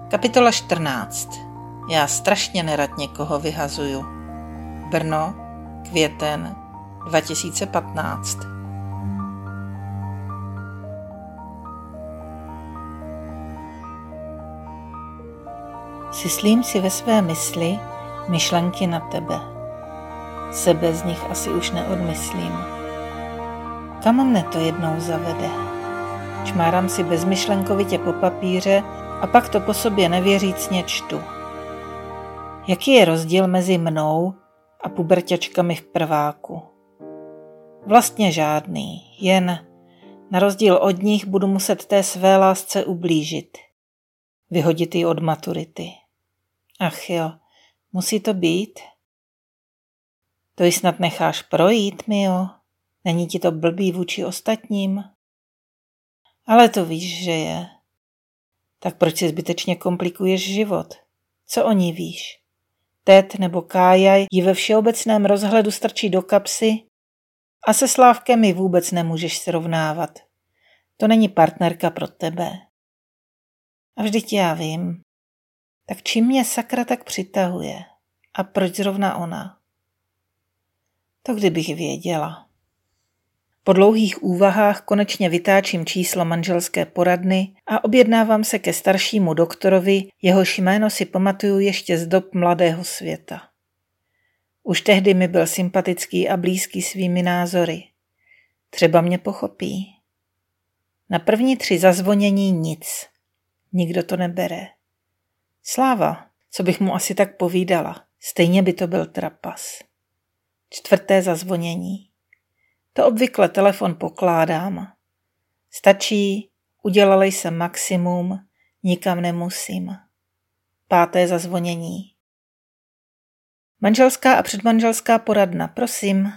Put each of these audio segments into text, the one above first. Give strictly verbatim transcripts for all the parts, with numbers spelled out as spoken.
Kapitola čtrnáct. Já strašně nerad někoho vyhazuju. Brno, květen dva tisíce patnáct. Syslím si ve své mysli myšlenky na tebe. Sebe z nich asi už neodmyslím. Kam mne to jednou zavede? Čmárám si bezmyšlenkovitě po papíře a pak to po sobě nevěřícně čtu. Jaký je rozdíl mezi mnou a puberťačkami v prváku? Vlastně žádný, jen na rozdíl od nich budu muset té své lásce ublížit. Vyhodit ji od maturity. Ach jo, musí to být? To ji snad necháš projít, Mio? Není ti to blbý vůči ostatním? Ale to víš, že je. Tak proč si zbytečně komplikuješ život? Co o ní víš? Ted nebo Kája ji ve všeobecném rozhledu strčí do kapsy a se Slávkem ji vůbec nemůžeš srovnávat. To není partnerka pro tebe. A vždyť já vím. Tak čím mě sakra tak přitahuje? A proč zrovna ona? To kdybych věděla. Po dlouhých úvahách konečně vytáčím číslo manželské poradny a objednávám se ke staršímu doktorovi, jehož jméno si pamatuju ještě z dob mladého světa. Už tehdy mi byl sympatický a blízký svými názory. Třeba mě pochopí. Na první tři zazvonění nic. Nikdo to nebere. Sláva, co bych mu asi tak povídala, stejně by to byl trapas. Čtvrté zazvonění. To obvykle telefon pokládám. Stačí, udělala jsem maximum, nikam nemusím. Páté zazvonění. Manželská a předmanželská poradna, prosím.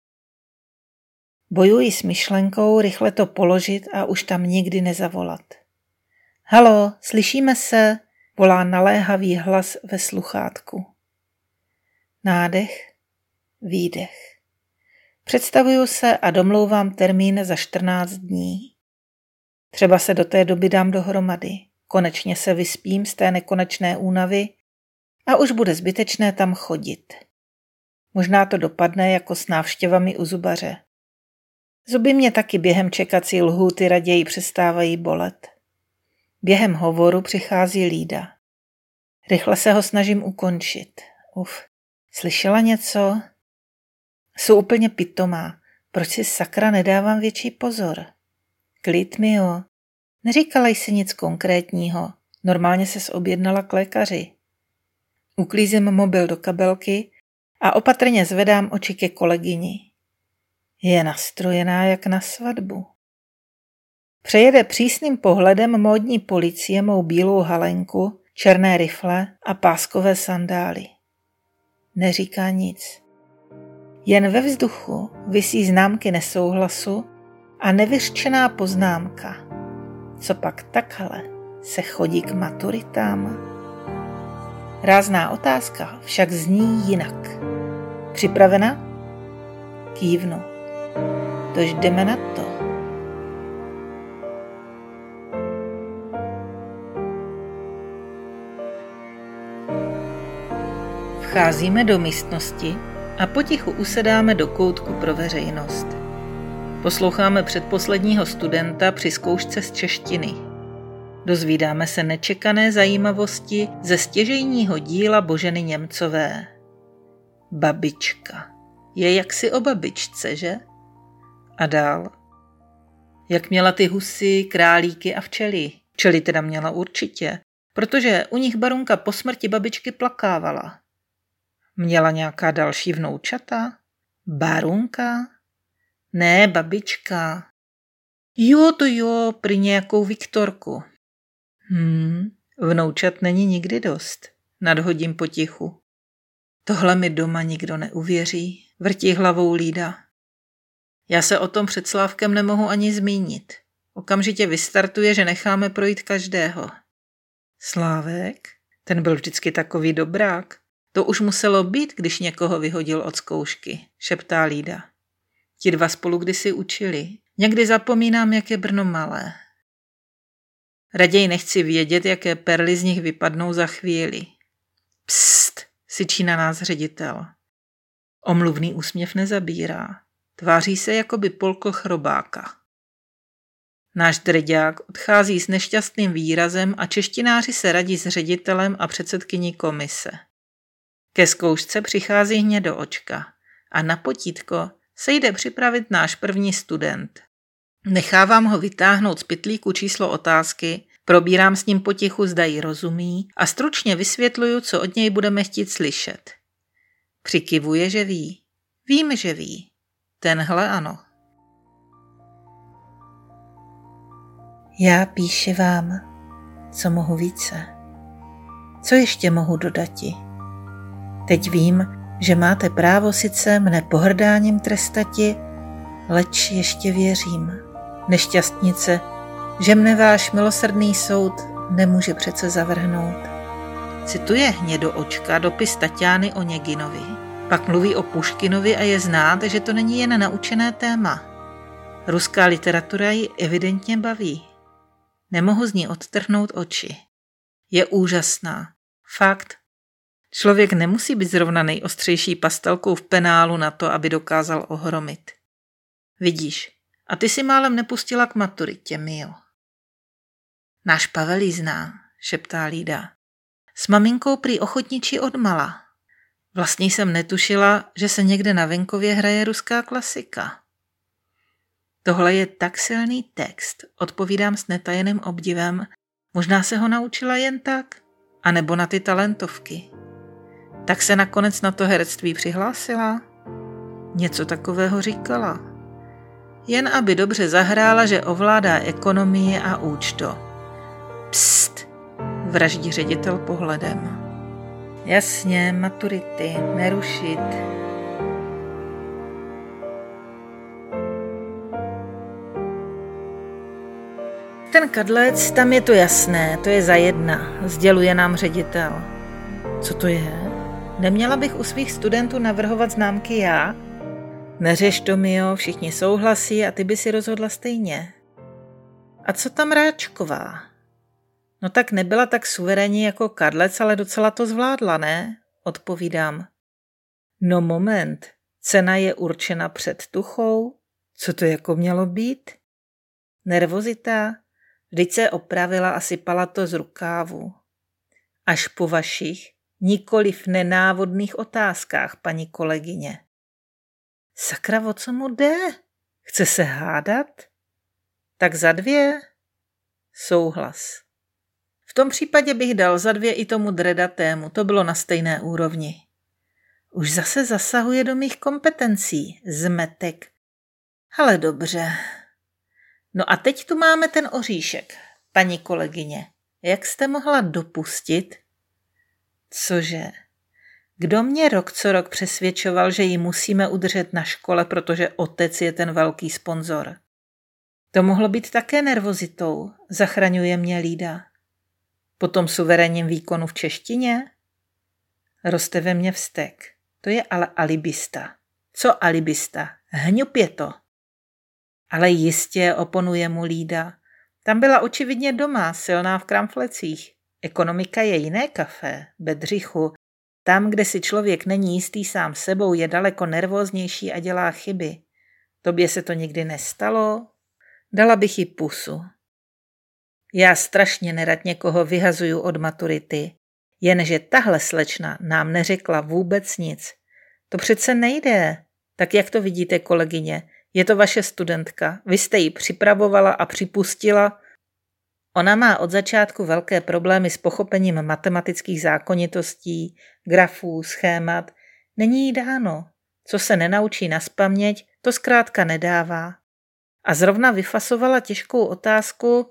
Bojuji s myšlenkou rychle to položit a už tam nikdy nezavolat. Halo, slyšíme se? Volá naléhavý hlas ve sluchátku. Nádech, výdech. Představuju se a domlouvám termín za čtrnáct dní. Třeba se do té doby dám dohromady. Konečně se vyspím z té nekonečné únavy a už bude zbytečné tam chodit. Možná to dopadne jako s návštěvami u zubaře. Zuby mě taky během čekací lhůty raději přestávají bolet. Během hovoru přichází Lída. Rychle se ho snažím ukončit. Uf, slyšela něco? Jsou úplně pitomá. Proč si sakra nedávám větší pozor? Klid, Mio. Neříkala jsi nic konkrétního. Normálně ses objednala k lékaři. Uklízím mobil do kabelky a opatrně zvedám oči ke kolegyni. Je nastrojená jak na svatbu. Přejede přísným pohledem módní policie mou bílou halenku, černé rifle a páskové sandály. Neříká nic. Jen ve vzduchu visí známky nesouhlasu a nevyřčená poznámka. Co pak takhle se chodí k maturitám? Rázná otázka však zní jinak. Připravena? Kývnu. Tož jdeme na to. Vcházíme do místnosti a potichu usedáme do koutku pro veřejnost. Posloucháme předposledního studenta při zkoušce z češtiny. Dozvídáme se nečekané zajímavosti ze stěžejního díla Boženy Němcové. Babička. Je jaksi o babičce, že? A dál. Jak měla ty husy, králíky a včely. Včely teda měla určitě, protože u nich Barunka po smrti babičky plakávala. Měla nějaká další vnoučata? Barunka? Ne, babička. Jo, to jo, prý nějakou Viktorku. Hmm, vnoučat není nikdy dost. Nadhodím potichu. Tohle mi doma nikdo neuvěří, vrtí hlavou Lída. Já se o tom před Slávkem nemohu ani zmínit. Okamžitě vystartuje, že necháme projít každého. Slávek? Ten byl vždycky takový dobrák. To už muselo být, když někoho vyhodil od zkoušky, šeptá Lída. Ti dva spolu kdysi učili. Někdy zapomínám, jak je Brno malé. Raději nechci vědět, jaké perly z nich vypadnou za chvíli. Psst, syčí na nás ředitel. Omluvný úsměv nezabírá. Tváří se, jako by polkl chrobáka. Náš dreďák odchází s nešťastným výrazem a češtináři se radí s ředitelem a předsedkyní komise. Ke zkoušce přichází hnědo očka a na potítko se jde připravit náš první student. Nechávám ho vytáhnout z pytlíku číslo otázky, probírám s ním potichu, zda jí rozumí a stručně vysvětluju, co od něj budeme chtít slyšet. Přikivuje, že ví. Vím, že ví. Tenhle ano. Já píši vám, co mohu více. Co ještě mohu dodati? Teď vím, že máte právo sice mne pohrdáním trestati, leč ještě věřím, nešťastnice, že mne váš milosrdný soud nemůže přece zavrhnout. Cituje hnědoočka dopis Tatiány Oněginovi. Pak mluví o Puškinovi a je znát, že to není jen naučené téma. Ruská literatura ji evidentně baví. Nemohu z ní odtrhnout oči. Je úžasná. Fakt. Člověk nemusí být zrovna nejostřejší pastelkou v penálu na to, aby dokázal ohromit. Vidíš, a ty si málem nepustila k maturitě, Mio. Náš Pavel jí zná, šeptá Lída. S maminkou prý ochotničí odmala. Vlastně jsem netušila, že se někde na venkově hraje ruská klasika. Tohle je tak silný text, odpovídám s netajeným obdivem, možná se ho naučila jen tak, anebo na ty talentovky. Tak se nakonec na to herectví přihlásila? Něco takového říkala. Jen aby dobře zahrála, že ovládá ekonomii a účto. Psst, vraždí ředitel pohledem. Jasně, maturity, nerušit. Ten kadlec, tam je to jasné, to je za jedna, sděluje nám ředitel. Co to je? Neměla bych u svých studentů navrhovat známky já? Neřeš to, Mio, všichni souhlasí a ty by si rozhodla stejně. A co tam Ráčková? No tak nebyla tak suverénní jako kadlec, ale docela to zvládla, ne? Odpovídám. No moment, cena je určena před tuchou? Co to jako mělo být? Nervozita? Vždyť se opravila a sypala to z rukávu. Až po vašich, nikoliv nenávodných otázkách, paní kolegyně. Sakra, o co mu jde? Chce se hádat? Tak za dvě? Souhlas. V tom případě bych dal za dvě i tomu dredatému, to bylo na stejné úrovni. Už zase zasahuje do mých kompetencí, zmetek. Ale dobře. No a teď tu máme ten oříšek, paní kolegyně. Jak jste mohla dopustit? Cože? Kdo mě rok co rok přesvědčoval, že ji musíme udržet na škole, protože otec je ten velký sponzor? To mohlo být také nervozitou, zachraňuje mě Lída. Po tom suverénním výkonu v češtině? Roste ve mně vztek. To je ale alibista. Co alibista? Hňup je to. Ale jistě, oponuje mu Lída. Tam byla očividně doma, silná v kramflecích. Ekonomika je jiné kafé, Bedřichu. Tam, kde si člověk není jistý sám sebou, je daleko nervóznější a dělá chyby. Tobě se to nikdy nestalo? Dala bych jí pusu. Já strašně nerad někoho vyhazuju od maturity, jenže tahle slečna nám neřekla vůbec nic. To přece nejde. Tak jak to vidíte, kolegyně? Je to vaše studentka, vy jste ji připravovala a připustila. Ona má od začátku velké problémy s pochopením matematických zákonitostí, grafů, schémat. Není jí dáno. Co se nenaučí nazpaměť, to zkrátka nedává. A zrovna vyfasovala těžkou otázku.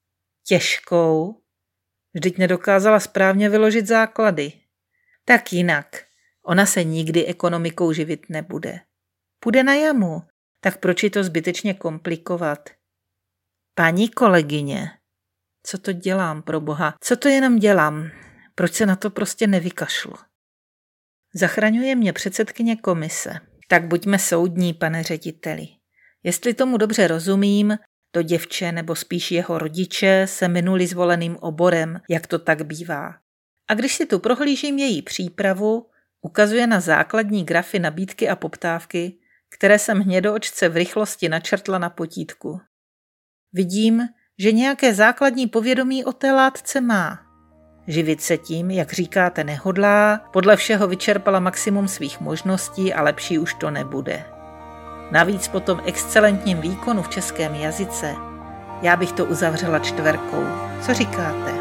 Těžkou? Vždyť nedokázala správně vyložit základy. Tak jinak. Ona se nikdy ekonomikou živit nebude. Půjde na jamu. Tak proč ji to zbytečně komplikovat? Paní kolegyně, co to dělám, pro boha? Co to jenom dělám? Proč se na to prostě nevykašlu? Zachraňuje mě předsedkyně komise. Tak buďme soudní, pane řediteli. Jestli tomu dobře rozumím, To děvče, nebo spíš jeho rodiče, se minuli zvoleným oborem, jak to tak bývá. A když si tu prohlížím její přípravu, ukazuje na základní grafy nabídky a poptávky, které jsem hnědoočce v rychlosti načrtla na potítku. Vidím, že nějaké základní povědomí o té látce má. Živit se tím, jak říkáte, nehodlá, podle všeho vyčerpala maximum svých možností a lepší už to nebude. Navíc po tom excelentním výkonu v českém jazyce, já bych to uzavřela čtverkou. Co říkáte?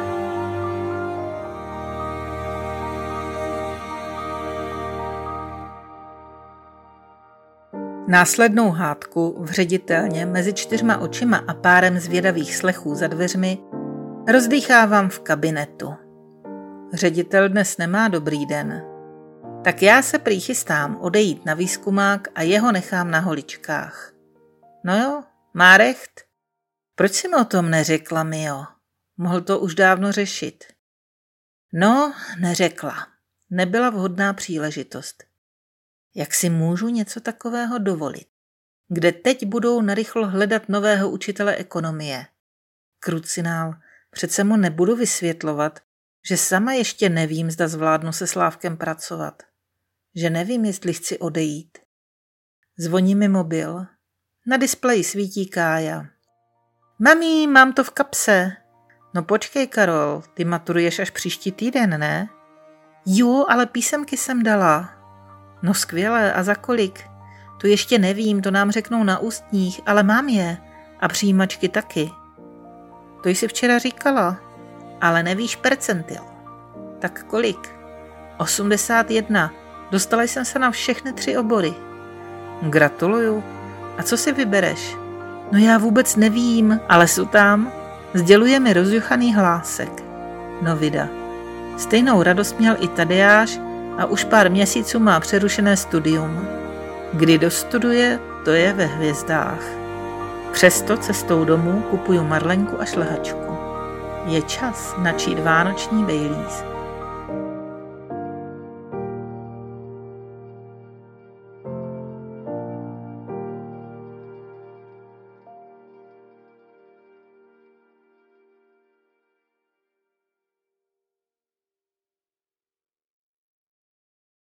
Následnou hádku v ředitelně mezi čtyřma očima a párem zvědavých slechů za dveřmi rozdýchávám v kabinetu. Ředitel dnes nemá dobrý den. Tak já se prý chystám odejít na výzkumák a jeho nechám na holičkách. No jo, má recht. Proč jsi mi o tom neřekla, Mio? Mohl to už dávno řešit. No, neřekla. Nebyla vhodná příležitost. Jak si můžu něco takového dovolit? Kde teď budou narychlo hledat nového učitele ekonomie? Krucinál, přece mu nebudu vysvětlovat, že sama ještě nevím, zda zvládnu se Slávkem pracovat. Že nevím, jestli chci odejít. Zvoní mi mobil. Na displeji svítí Kája. Mami, mám to v kapse. No počkej, Karol, ty maturuješ až příští týden, ne? Jo, ale písemky jsem dala. No skvěle, a za kolik? To ještě nevím, to nám řeknou na ústních, ale mám je. A přijímačky taky. To jsi včera říkala, ale nevíš percentil. Tak kolik? osmdesát jedna. Dostala jsem se na všechny tři obory. Gratuluju. A co si vybereš? No já vůbec nevím, ale jsou tam. Sděluje mi rozjuchaný hlásek. No vida. Stejnou radost měl i Tadeáš a už pár měsíců má přerušené studium. Kdy dostuduje, to je ve hvězdách. Přesto cestou domů kupuju marlenku a šlehačku. Je čas načít vánoční Baileys.